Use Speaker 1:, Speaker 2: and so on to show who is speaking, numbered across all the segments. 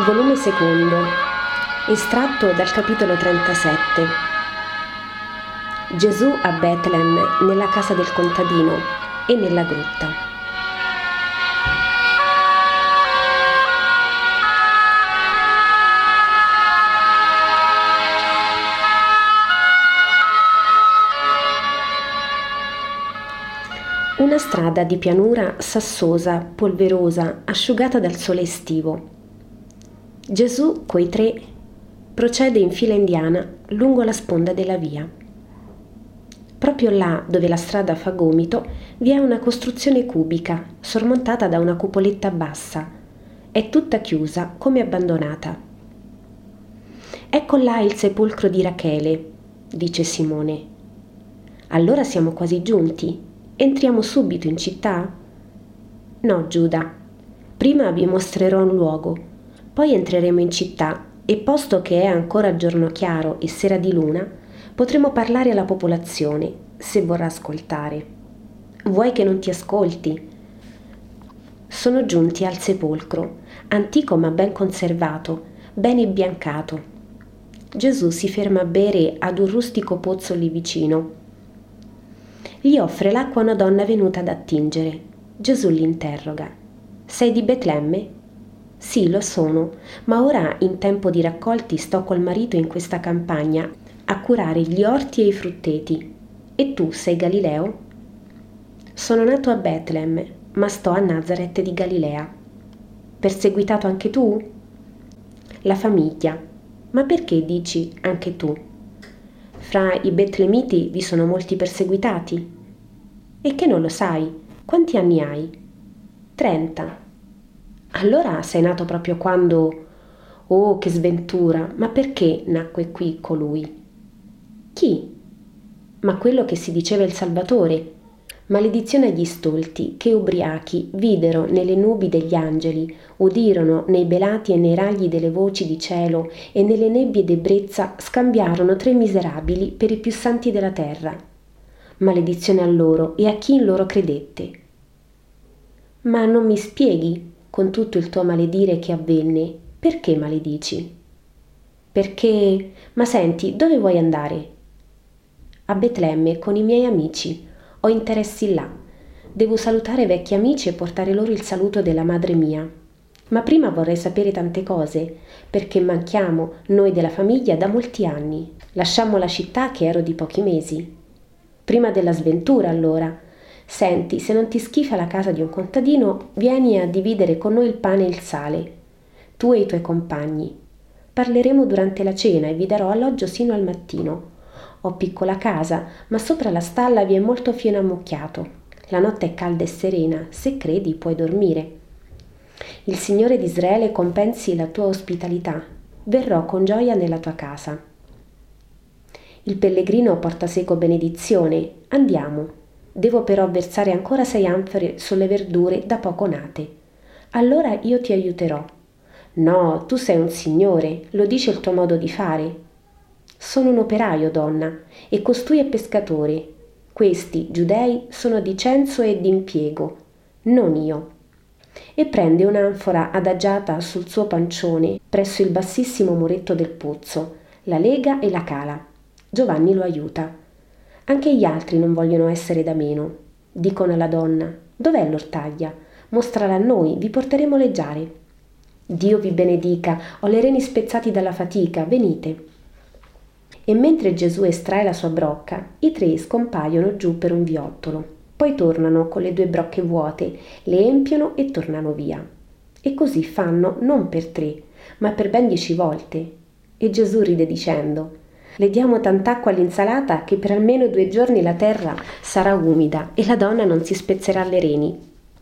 Speaker 1: Volume secondo, estratto dal capitolo 37. Gesù a Betlemme, nella casa del contadino e nella grotta. Una strada di pianura sassosa, polverosa, asciugata dal sole estivo. Gesù, coi tre, procede in fila indiana lungo la sponda della via. Proprio là dove la strada fa gomito vi è una costruzione cubica sormontata da una cupoletta bassa. È tutta chiusa, come abbandonata. Ecco là il sepolcro di Rachele, dice Simone. Allora siamo quasi giunti. Entriamo subito in città? No, Giuda. Prima vi mostrerò un luogo. Poi entreremo in città e, posto che è ancora giorno chiaro e sera di luna, potremo parlare alla popolazione, se vorrà ascoltare. Vuoi che non ti ascolti? Sono giunti al sepolcro, antico ma ben conservato, ben imbiancato. Gesù si ferma a bere ad un rustico pozzo lì vicino. Gli offre l'acqua una donna venuta ad attingere. Gesù l'interroga. Sei di Betlemme? Sì, lo sono, ma ora in tempo di raccolti sto col marito in questa campagna a curare gli orti e i frutteti. E tu sei Galileo? Sono nato a Betlemme, ma sto a Nazaret di Galilea. Perseguitato anche tu? La famiglia. Ma perché dici anche tu? Fra i betlemiti vi sono molti perseguitati? E che non lo sai? Quanti anni hai? 30. Allora sei nato proprio quando... Oh, che sventura! Ma perché nacque qui colui? Chi? Ma quello che si diceva il Salvatore. Maledizione agli stolti che ubriachi videro nelle nubi degli angeli, udirono nei belati e nei ragli delle voci di cielo e nelle nebbie d'ebbrezza scambiarono 3 miserabili per i più santi della terra. Maledizione a loro e a chi in loro credette. Ma non mi spieghi, con tutto il tuo maledire che avvenne, perché maledici? Perché... Ma senti, dove vuoi andare? A Betlemme con i miei amici. Ho interessi là. Devo salutare vecchi amici e portare loro il saluto della madre mia. Ma prima vorrei sapere tante cose, perché manchiamo, noi della famiglia, da molti anni. Lasciammo la città che ero di pochi mesi. Prima della sventura, allora. Senti, se non ti schifa la casa di un contadino, vieni a dividere con noi il pane e il sale, tu e i tuoi compagni. Parleremo durante la cena e vi darò alloggio sino al mattino. Ho piccola casa, ma sopra la stalla vi è molto fieno ammucchiato. La notte è calda e serena, se credi puoi dormire. Il Signore d'Israele compensi la tua ospitalità. Verrò con gioia nella tua casa. Il pellegrino porta seco benedizione. Andiamo. Devo però versare ancora 6 anfore sulle verdure da poco nate. Allora io ti aiuterò. No, tu sei un signore, lo dice il tuo modo di fare. Sono un operaio, donna, e costui è pescatore. Questi, giudei, sono di censo e di impiego, non io. E prende un'anfora adagiata sul suo pancione presso il bassissimo muretto del pozzo, la lega e la cala. Giovanni lo aiuta. Anche gli altri non vogliono essere da meno. Dicono alla donna: dov'è l'ortaglia? Mostrala a noi, vi porteremo leggiare. Dio vi benedica, ho le reni spezzati dalla fatica, venite. E mentre Gesù estrae la sua brocca, i 3 scompaiono giù per un viottolo. Poi tornano con le 2 brocche vuote, le empiono e tornano via. E così fanno non per 3, ma per ben 10 volte. E Gesù ride dicendo: le diamo tant'acqua all'insalata che per almeno 2 giorni la terra sarà umida e la donna non si spezzerà le reni.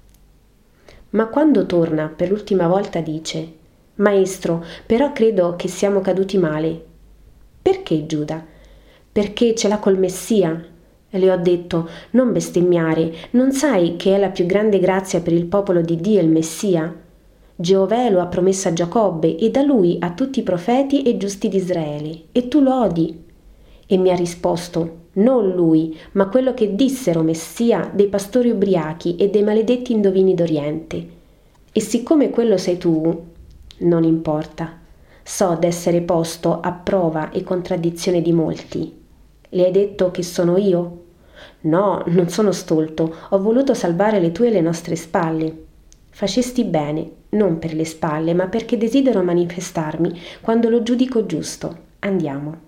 Speaker 1: Ma quando torna per l'ultima volta dice: Maestro, però credo che siamo caduti male. Perché, Giuda? Perché ce l'ha col Messia. Le ho detto: non bestemmiare, non sai che è la più grande grazia per il popolo di Dio il Messia? Geovè lo ha promesso a Giacobbe e da lui a tutti i profeti e giusti di Israele, e tu lo odi. E mi ha risposto: non lui, ma quello che dissero Messia dei pastori ubriachi e dei maledetti indovini d'Oriente. E siccome quello sei tu, Non importa. So d'essere posto a prova e contraddizione di molti. Le hai detto che sono io? No, non sono stolto, ho voluto salvare le tue e le nostre spalle. Facesti bene, non per le spalle, ma perché desidero manifestarmi quando lo giudico giusto. Andiamo.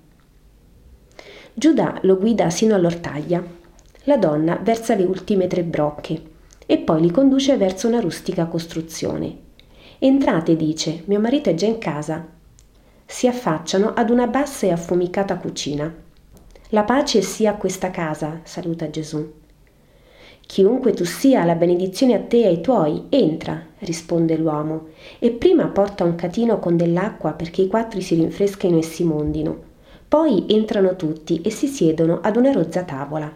Speaker 1: Giuda lo guida sino all'ortaglia. La donna versa le ultime 3 brocche e poi li conduce verso una rustica costruzione. Entrate, dice, mio marito è già in casa. Si affacciano ad una bassa e affumicata cucina. La pace sia a questa casa, saluta Gesù. Chiunque tu sia, la benedizione a te e ai tuoi, entra, risponde l'uomo, e prima porta un catino con dell'acqua perché i 4 si rinfreschino e si mondino. Poi entrano tutti e si siedono ad una rozza tavola.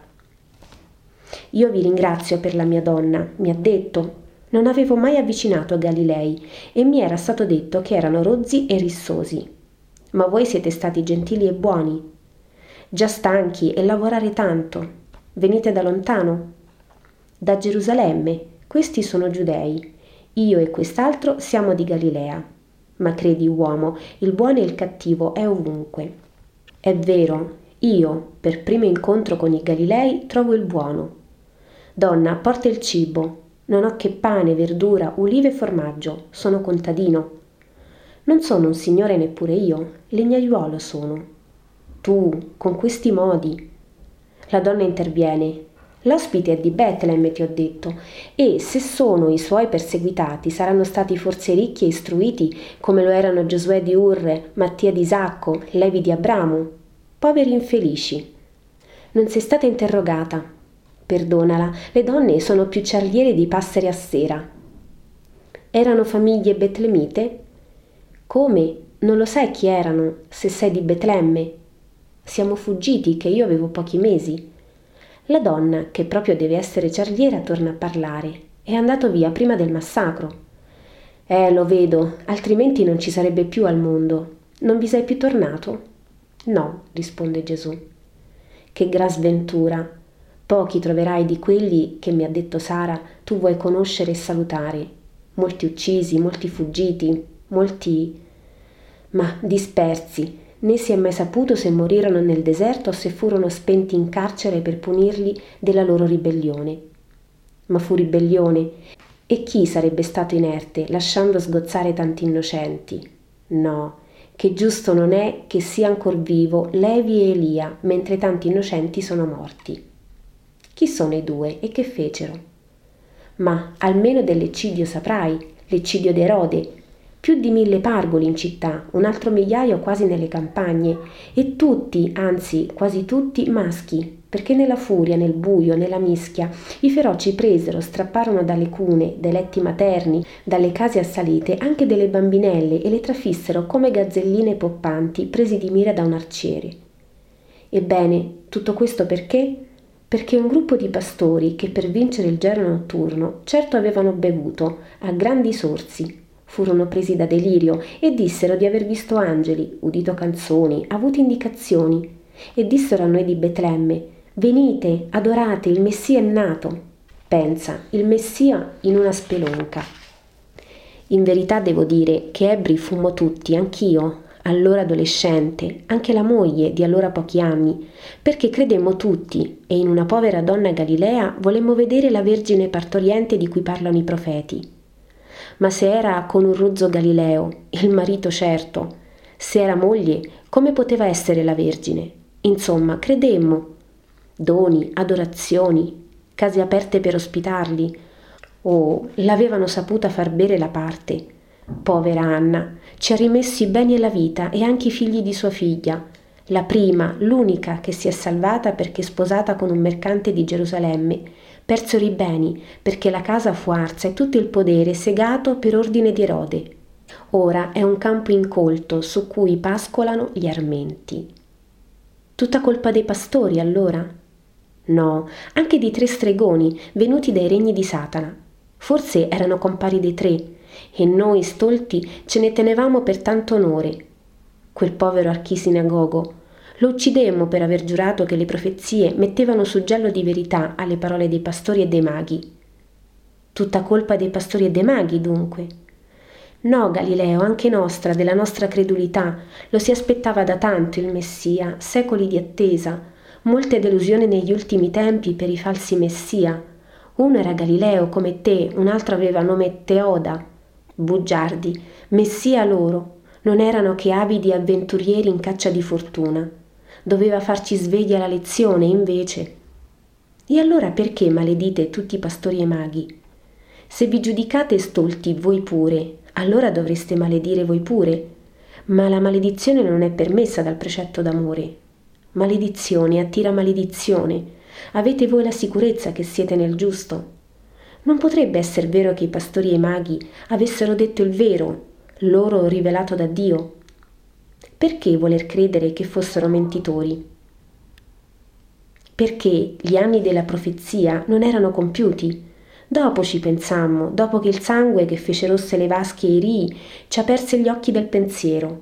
Speaker 1: Io vi ringrazio per la mia donna, mi ha detto. Non avevo mai avvicinato Galilei e mi era stato detto che erano rozzi e rissosi. Ma voi siete stati gentili e buoni. Già stanchi e lavorare tanto. Venite da lontano? Da Gerusalemme. Questi sono giudei. Io e quest'altro siamo di Galilea. Ma credi, uomo, il buono e il cattivo è ovunque. È vero, io, per primo incontro con i Galilei, trovo il buono. Donna, porta il cibo. Non ho che pane, verdura, ulive e formaggio. Sono contadino. Non sono un signore neppure io, legnaiuolo sono. Tu, con questi modi. La donna interviene. L'ospite è di Betlemme, ti ho detto, e se sono i suoi perseguitati saranno stati forse ricchi e istruiti come lo erano Giosuè di Ur, Mattia di Isacco, Levi di Abramo. Poveri infelici. Non sei stata interrogata. Perdonala, le donne sono più ciarliere di passeri a sera. Erano famiglie betlemite? Come? Non lo sai chi erano, se sei di Betlemme? Siamo fuggiti, che io avevo pochi mesi. La donna, che proprio deve essere ciarliera, torna a parlare. È andato via prima del massacro. Lo vedo, altrimenti non ci sarebbe più al mondo. Non vi sei più tornato? No, risponde Gesù. Che gran sventura. Pochi troverai di quelli che, mi ha detto Sara, tu vuoi conoscere e salutare. Molti uccisi, molti fuggiti, molti, ma dispersi. Né si è mai saputo se morirono nel deserto o se furono spenti in carcere per punirli della loro ribellione. Ma fu ribellione, e chi sarebbe stato inerte, lasciando sgozzare tanti innocenti? No, che giusto non è che sia ancor vivo Levi e Elia, mentre tanti innocenti sono morti. Chi sono i 2 e che fecero? Ma almeno dell'eccidio saprai, l'eccidio di Erode. Più di 1000 pargoli in città, un altro migliaio quasi nelle campagne, e tutti, anzi quasi tutti, maschi, perché nella furia, nel buio, nella mischia, i feroci presero, strapparono dalle cune, dai letti materni, dalle case assalite, anche delle bambinelle e le trafissero come gazzelline poppanti presi di mira da un arciere. Ebbene, tutto questo perché? Perché un gruppo di pastori che per vincere il gelo notturno certo avevano bevuto a grandi sorsi, furono presi da delirio e dissero di aver visto angeli, udito canzoni, avuto indicazioni, e dissero a noi di Betlemme: venite, adorate, il Messia è nato. Pensa, il Messia in una spelonca. In verità devo dire che ebbri fummo tutti, anch'io, allora adolescente, anche la moglie di allora pochi anni, perché credemmo tutti, e in una povera donna Galilea volemmo vedere la Vergine partoriente di cui parlano i profeti. Ma se era con un rozzo Galileo, il marito certo, se era moglie, come poteva essere la Vergine? Insomma, credemmo. Doni, adorazioni, case aperte per ospitarli. Oh, l'avevano saputa far bere la parte. Povera Anna, ci ha rimessi i beni e la vita e anche i figli di sua figlia, la prima, l'unica che si è salvata perché sposata con un mercante di Gerusalemme. Persero i beni perché la casa fu arsa e tutto il podere segato per ordine di Erode. Ora è un campo incolto su cui pascolano gli armenti. Tutta colpa dei pastori, allora? No, anche di 3 stregoni venuti dai regni di Satana. Forse erano compari dei 3 e noi stolti ce ne tenevamo per tanto onore. Quel povero archisinagogo lo uccidemmo per aver giurato che le profezie mettevano suggello di verità alle parole dei pastori e dei maghi. Tutta colpa dei pastori e dei maghi, dunque. No, Galileo, anche nostra, della nostra credulità, lo si aspettava da tanto il Messia, secoli di attesa, molte delusioni negli ultimi tempi per i falsi Messia. Uno era Galileo come te, un altro aveva nome Teoda. Bugiardi, Messia loro, non erano che avidi avventurieri in caccia di fortuna. Doveva farci sveglia la lezione, invece. E allora perché maledite tutti i pastori e maghi? Se vi giudicate stolti voi pure, allora dovreste maledire voi pure. Ma la maledizione non è permessa dal precetto d'amore. Maledizione attira maledizione. Avete voi la sicurezza che siete nel giusto? Non potrebbe essere vero che i pastori e i maghi avessero detto il vero, loro rivelato da Dio? Perché voler credere che fossero mentitori? Perché gli anni della profezia non erano compiuti. Dopo ci pensammo, dopo che il sangue che fece rosse le vasche e i rii ci aperse gli occhi del pensiero.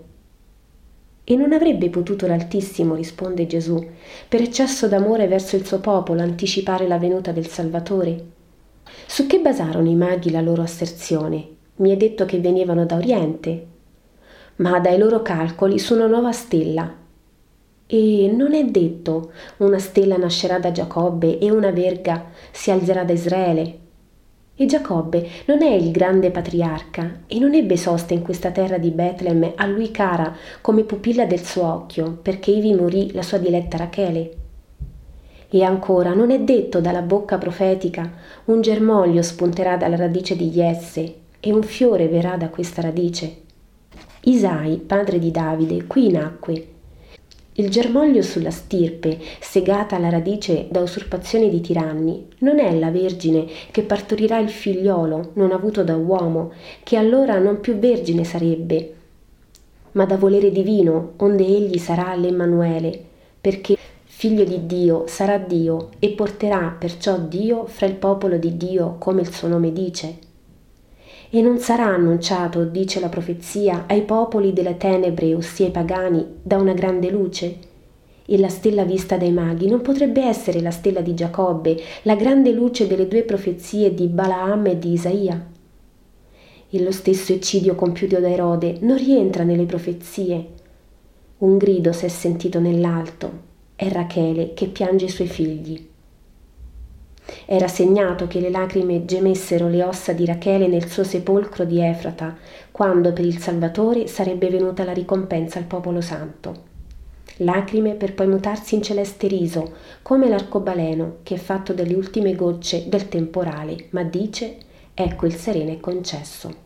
Speaker 1: E non avrebbe potuto l'Altissimo, risponde Gesù, per eccesso d'amore verso il suo popolo, anticipare la venuta del Salvatore? Su che basarono i maghi la loro asserzione? Mi è detto che venivano da Oriente, ma dai loro calcoli su una nuova stella. E non è detto una stella nascerà da Giacobbe e una verga si alzerà da Israele. E Giacobbe non è il grande patriarca e non ebbe sosta in questa terra di Betlemme a lui cara come pupilla del suo occhio, perché ivi morì la sua diletta Rachele. E ancora non è detto dalla bocca profetica un germoglio spunterà dalla radice di Jesse e un fiore verrà da questa radice. Isai, padre di Davide, qui nacque. Il germoglio sulla stirpe, segata alla radice da usurpazioni di tiranni, non è la Vergine che partorirà il figliolo non avuto da uomo, che allora non più vergine sarebbe, ma da volere divino, onde egli sarà l'Emmanuele, perché figlio di Dio sarà Dio e porterà perciò Dio fra il popolo di Dio, come il suo nome dice. E non sarà annunciato, dice la profezia, ai popoli delle tenebre, ossia ai pagani, da una grande luce? E la stella vista dai maghi non potrebbe essere la stella di Giacobbe, la grande luce delle due profezie di Balaam e di Isaia? E lo stesso eccidio compiuto da Erode non rientra nelle profezie. Un grido s'è sentito nell'alto, è Rachele che piange i suoi figli. Era segnato che le lacrime gemessero le ossa di Rachele nel suo sepolcro di Efrata, quando per il Salvatore sarebbe venuta la ricompensa al popolo santo. Lacrime per poi mutarsi in celeste riso, come l'arcobaleno che è fatto delle ultime gocce del temporale, ma dice: ecco il sereno è concesso.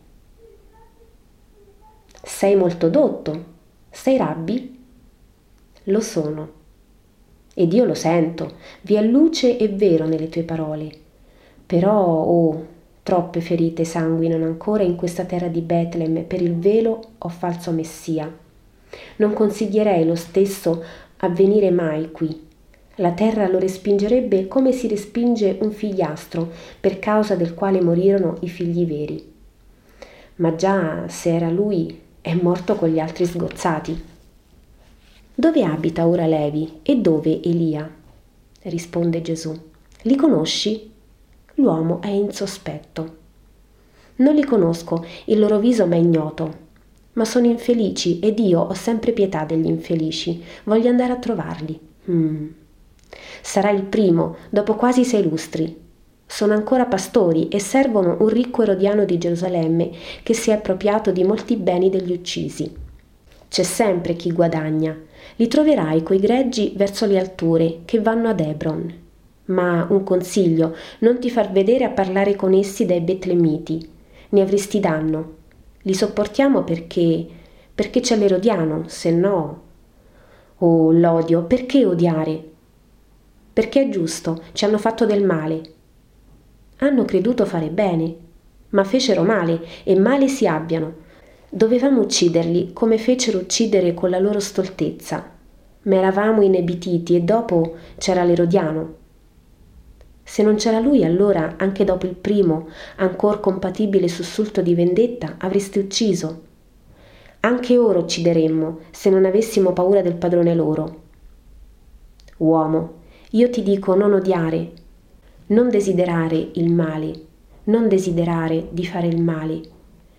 Speaker 1: Sei molto dotto? Sei rabbi? Lo sono. Ed io lo sento, vi è luce e vero nelle tue parole. Però, oh, troppe ferite sanguinano ancora in questa terra di Betlemme per il velo o falso messia. Non consiglierei lo stesso a venire mai qui. La terra lo respingerebbe come si respinge un figliastro per causa del quale morirono i figli veri. Ma già se era lui, è morto con gli altri sgozzati. Dove abita ora Levi e dove Elia? Risponde Gesù. Li conosci? L'uomo è insospetto. Non li conosco, il loro viso m'è ignoto, ma sono infelici ed io ho sempre pietà degli infelici, voglio andare a trovarli. Sarà il primo, dopo quasi 6 lustri. Sono ancora pastori e servono un ricco erodiano di Gerusalemme che si è appropriato di molti beni degli uccisi. C'è sempre chi guadagna. Li troverai coi greggi verso le alture che vanno ad Hebron. Ma un consiglio, non ti far vedere a parlare con essi dai betlemiti. Ne avresti danno. Li sopportiamo perché c'è l'erodiano, se no... Oh, l'odio, perché odiare? Perché è giusto, ci hanno fatto del male. Hanno creduto fare bene, ma fecero male e male si abbiano. Dovevamo ucciderli come fecero uccidere con la loro stoltezza, ma eravamo inebetiti e dopo c'era l'erodiano. Se non c'era lui, allora anche dopo il primo, ancor compatibile sussulto di vendetta, avreste ucciso. Anche ora uccideremmo se non avessimo paura del padrone loro. Uomo, io ti dico non odiare, non desiderare il male, non desiderare di fare il male,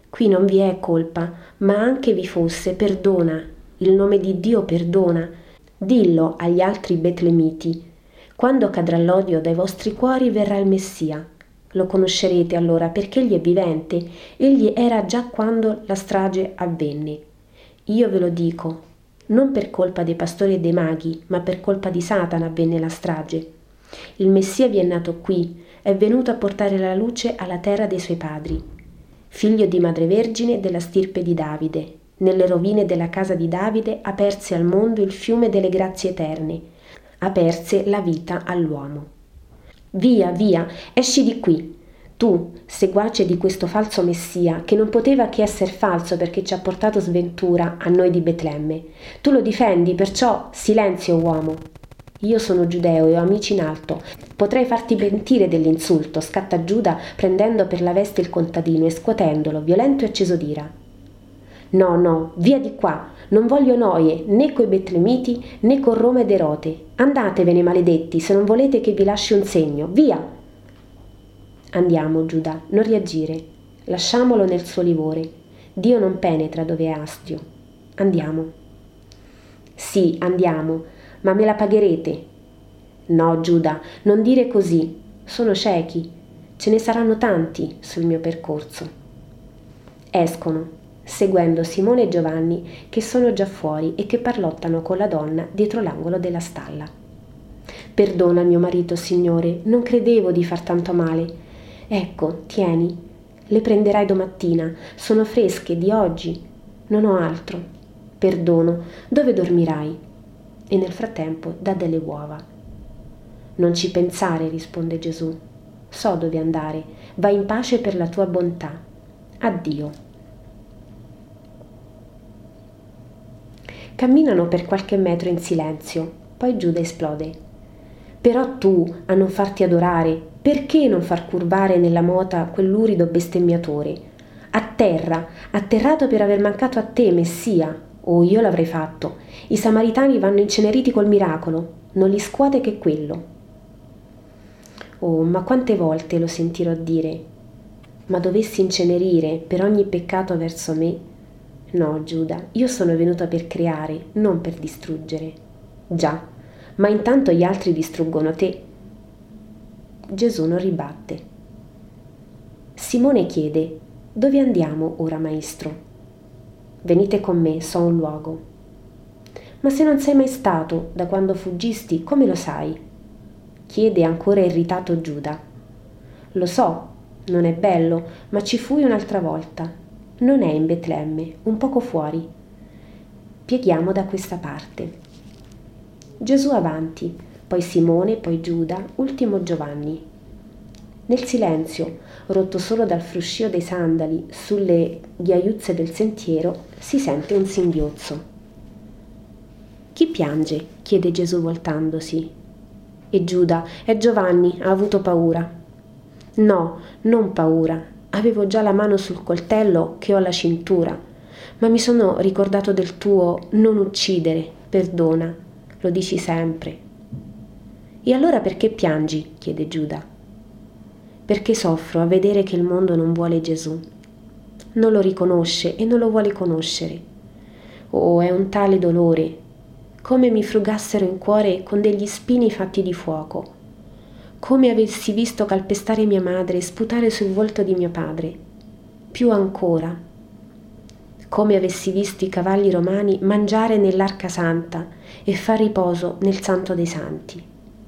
Speaker 1: Qui non vi è colpa, ma anche vi fosse, perdona. Il nome di Dio perdona. Dillo agli altri betlemiti. Quando cadrà l'odio dai vostri cuori verrà il Messia. Lo conoscerete allora perché egli è vivente. Egli era già quando la strage avvenne. Io ve lo dico, non per colpa dei pastori e dei maghi, ma per colpa di Satana avvenne la strage. Il Messia vi è nato qui, è venuto a portare la luce alla terra dei suoi padri. Figlio di Madre Vergine della stirpe di Davide, nelle rovine della casa di Davide aperse al mondo il fiume delle grazie eterne, aperse la vita all'uomo. Via, via, esci di qui. Tu, seguace di questo falso Messia, che non poteva che esser falso perché ci ha portato sventura a noi di Betlemme. Tu lo difendi, perciò silenzio, uomo. Io sono giudeo e ho amici in alto. Potrei farti pentire dell'insulto, scatta Giuda prendendo per la veste il contadino e scuotendolo, violento e acceso d'ira. No, no, via di qua, non voglio noie, né coi betlemiti, né con Roma ed Erote. Andatevene, maledetti, se non volete che vi lasci un segno, via! Andiamo, Giuda, non reagire, lasciamolo nel suo livore. Dio non penetra dove è astio. Andiamo. Sì, andiamo, ma me la pagherete. No, Giuda, non dire così, sono ciechi, ce ne saranno tanti sul mio percorso. Escono, seguendo Simone e Giovanni che sono già fuori e che parlottano con la donna dietro l'angolo della stalla. Perdona mio marito, Signore, non credevo di far tanto male. Ecco, tieni, le prenderai domattina, sono fresche di oggi, non ho altro. Perdono, dove dormirai? E nel frattempo dà delle uova. Non ci pensare, risponde Gesù. So dove andare, vai in pace per la tua bontà. Addio. Camminano per qualche metro in silenzio, poi Giuda esplode. Però tu, a non farti adorare, perché non far curvare nella mota quell'urido bestemmiatore? A terra, atterrato per aver mancato a te, Messia. Oh, io l'avrei fatto. I samaritani vanno inceneriti col miracolo, non li scuote che quello. Oh, ma quante volte lo sentirò dire. Ma dovessi incenerire per ogni peccato verso me? No, Giuda, io sono venuta per creare, non per distruggere. Già, ma intanto gli altri distruggono te. Gesù non ribatte. Simone chiede: dove andiamo ora, maestro? Venite con me, so un luogo. Ma se non sei mai stato da quando fuggisti, come lo sai? Chiede ancora irritato Giuda. Lo so, non è bello, ma ci fui un'altra volta. Non è in Betlemme, un poco fuori. Pieghiamo da questa parte. Gesù avanti, poi Simone, poi Giuda, ultimo Giovanni. Nel silenzio, rotto solo dal fruscio dei sandali sulle ghiaiuzze del sentiero, si sente un singhiozzo. Chi piange? Chiede Gesù voltandosi. E Giuda, è Giovanni, ha avuto paura. No, non paura, avevo già la mano sul coltello che ho alla cintura, ma mi sono ricordato del tuo non uccidere, perdona, lo dici sempre. E allora perché piangi? Chiede Giuda. Perché soffro a vedere che il mondo non vuole Gesù, non lo riconosce e non lo vuole conoscere. Oh, è un tale dolore, come mi frugassero in cuore con degli spini fatti di fuoco, come avessi visto calpestare mia madre e sputare sul volto di mio padre, più ancora, come avessi visto i cavalli romani mangiare nell'arca santa e far riposo nel santo dei santi.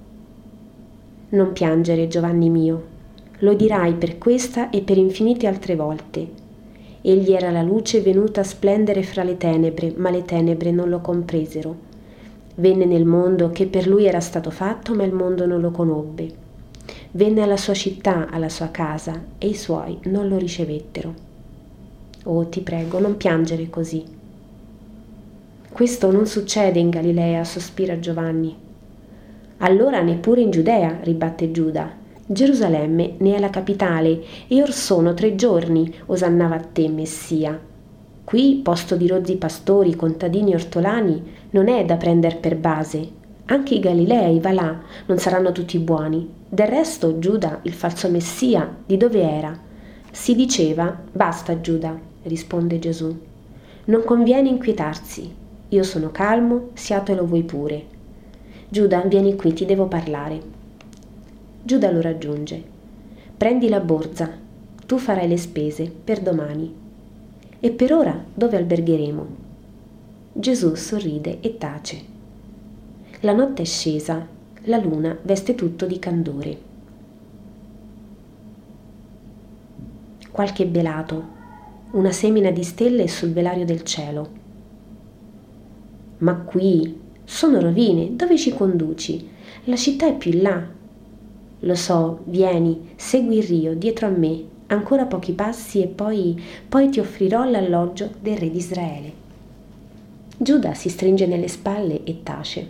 Speaker 1: Non piangere, Giovanni mio, lo dirai per questa e per infinite altre volte. Egli era la luce venuta a splendere fra le tenebre, ma le tenebre non lo compresero. Venne nel mondo che per lui era stato fatto, ma il mondo non lo conobbe. Venne alla sua città, alla sua casa, e i suoi non lo ricevettero. Oh, ti prego, non piangere così. Questo non succede in Galilea, sospira Giovanni. Allora neppure in Giudea, ribatte Giuda. Gerusalemme ne è la capitale e or sono 3 giorni, osannava a te, Messia. Qui, posto di rozzi pastori, contadini e ortolani, non è da prender per base. Anche i Galilei, va là, non saranno tutti buoni. Del resto, Giuda, il falso Messia, di dove era? Si diceva, basta Giuda, risponde Gesù. Non conviene inquietarsi. Io sono calmo, siatelo voi pure. Giuda, vieni qui, ti devo parlare. Giuda lo raggiunge. Prendi la borsa, tu farai le spese per domani. E per ora dove albergheremo? Gesù sorride e tace. La notte è scesa, la luna veste tutto di candore. Qualche belato, una semina di stelle sul velario del cielo. Ma qui sono rovine, dove ci conduci? La città è più in là. Lo so, vieni, segui il rio dietro a me, ancora pochi passi e poi ti offrirò l'alloggio del re di Israele. Giuda si stringe nelle spalle e tace.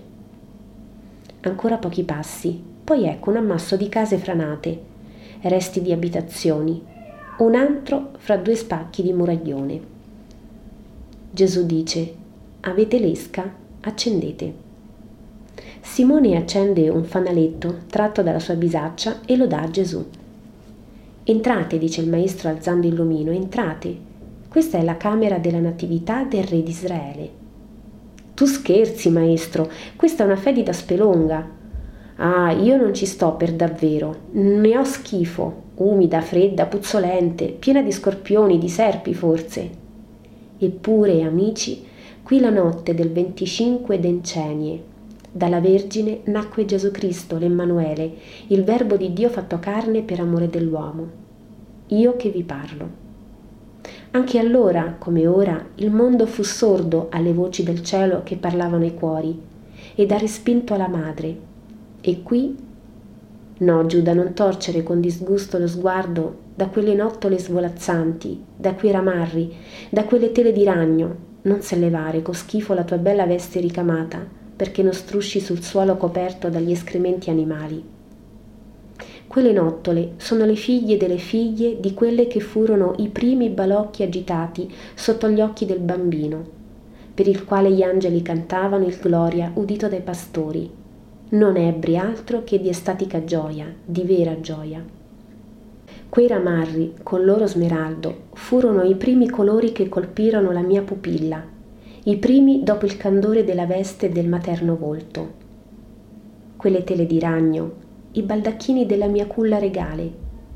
Speaker 1: Ancora pochi passi, poi ecco un ammasso di case franate, resti di abitazioni, un antro fra due spacchi di muraglione. Gesù dice: avete l'esca? Accendete. Simone accende un fanaletto tratto dalla sua bisaccia e lo dà a Gesù. Entrate, dice il maestro alzando il lumino, entrate. Questa è la camera della natività del re di Israele. Tu scherzi, maestro, questa è una fedida spelonga. Ah, io non ci sto per davvero, ne ho schifo, umida, fredda, puzzolente, piena di scorpioni, di serpi forse. Eppure, amici, qui la notte del 25 d'Encenie, dalla Vergine nacque Gesù Cristo, l'Emmanuele, il Verbo di Dio fatto carne per amore dell'uomo. Io che vi parlo. Anche allora, come ora, il mondo fu sordo alle voci del cielo che parlavano ai cuori ed ha respinto la madre. E qui? No, Giuda, non torcere con disgusto lo sguardo da quelle nottole svolazzanti, da quei ramarri, da quelle tele di ragno. Non sollevare con schifo la tua bella veste ricamata, perché non strusci sul suolo coperto dagli escrementi animali. Quelle nottole sono le figlie delle figlie di quelle che furono i primi balocchi agitati sotto gli occhi del bambino, per il quale gli angeli cantavano il gloria udito dai pastori. Non ebbri altro che di estatica gioia, di vera gioia. Quei ramarri, con loro smeraldo, furono i primi colori che colpirono la mia pupilla, i primi dopo il candore della veste del materno volto. Quelle tele di ragno, i baldacchini della mia culla regale.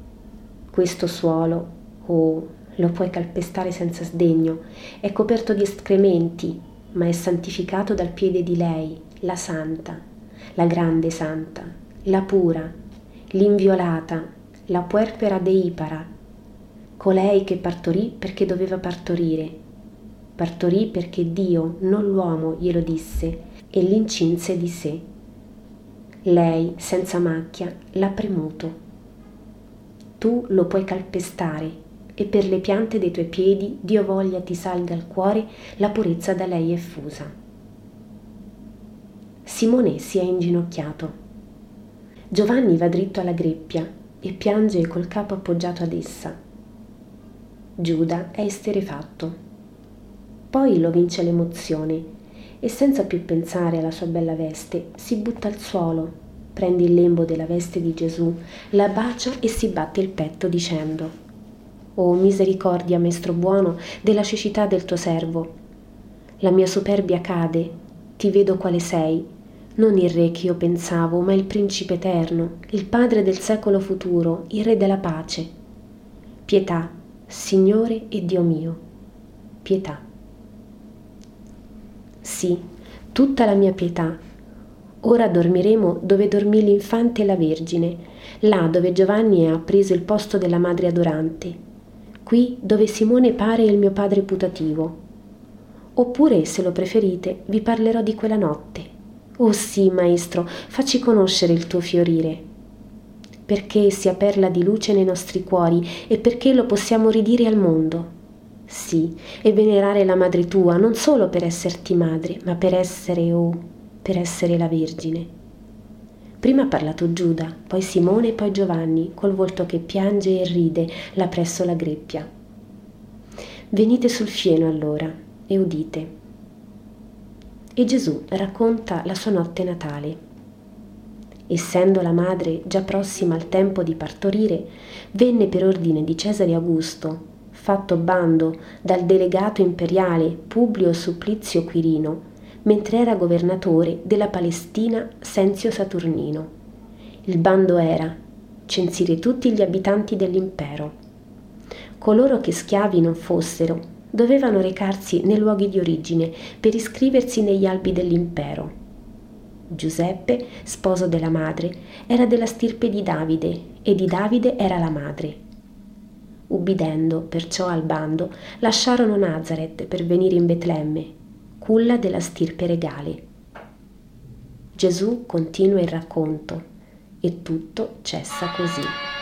Speaker 1: Questo suolo, oh, lo puoi calpestare senza sdegno, è coperto di escrementi, ma è santificato dal piede di lei, la santa, la grande santa, la pura, l'inviolata, la puerpera deipara, colei che partorì perché doveva partorire, partorì perché Dio, non l'uomo, glielo disse e l'incinse di sé. Lei, senza macchia, l'ha premuto. Tu lo puoi calpestare e per le piante dei tuoi piedi Dio voglia ti salga al cuore la purezza da lei effusa. Simone si è inginocchiato. Giovanni va dritto alla greppia e piange col capo appoggiato ad essa. Giuda è esterrefatto. Poi lo vince l'emozione e senza più pensare alla sua bella veste si butta al suolo, prende il lembo della veste di Gesù, la bacia e si batte il petto dicendo: «Oh misericordia, maestro buono, della cecità del tuo servo. La mia superbia cade, ti vedo quale sei, non il re che io pensavo, ma il principe eterno, il padre del secolo futuro, il re della pace. Pietà, Signore e Dio mio, pietà». Sì, tutta la mia pietà. Ora dormiremo dove dormì l'infante e la Vergine, là dove Giovanni ha preso il posto della madre adorante, qui dove Simone pare il mio padre putativo. Oppure, se lo preferite, vi parlerò di quella notte. Oh sì, maestro, facci conoscere il tuo fiorire, perché sia perla di luce nei nostri cuori e perché lo possiamo ridire al mondo. Sì, e venerare la madre tua, non solo per esserti madre, ma per essere, per essere la Vergine. Prima ha parlato Giuda, poi Simone e poi Giovanni, col volto che piange e ride là presso la greppia. Venite sul fieno allora e udite. E Gesù racconta la sua notte natale. Essendo la madre già prossima al tempo di partorire, venne per ordine di Cesare Augusto, fatto bando dal delegato imperiale Publio Supplizio Quirino, mentre era governatore della Palestina Senzio Saturnino. Il bando era censire tutti gli abitanti dell'impero. Coloro che schiavi non fossero dovevano recarsi nei luoghi di origine per iscriversi negli albi dell'impero. Giuseppe, sposo della madre, era della stirpe di Davide e di Davide era la madre. Ubbidendo perciò al bando, lasciarono Nazaret per venire in Betlemme, culla della stirpe regale. Gesù continua il racconto e tutto cessa così.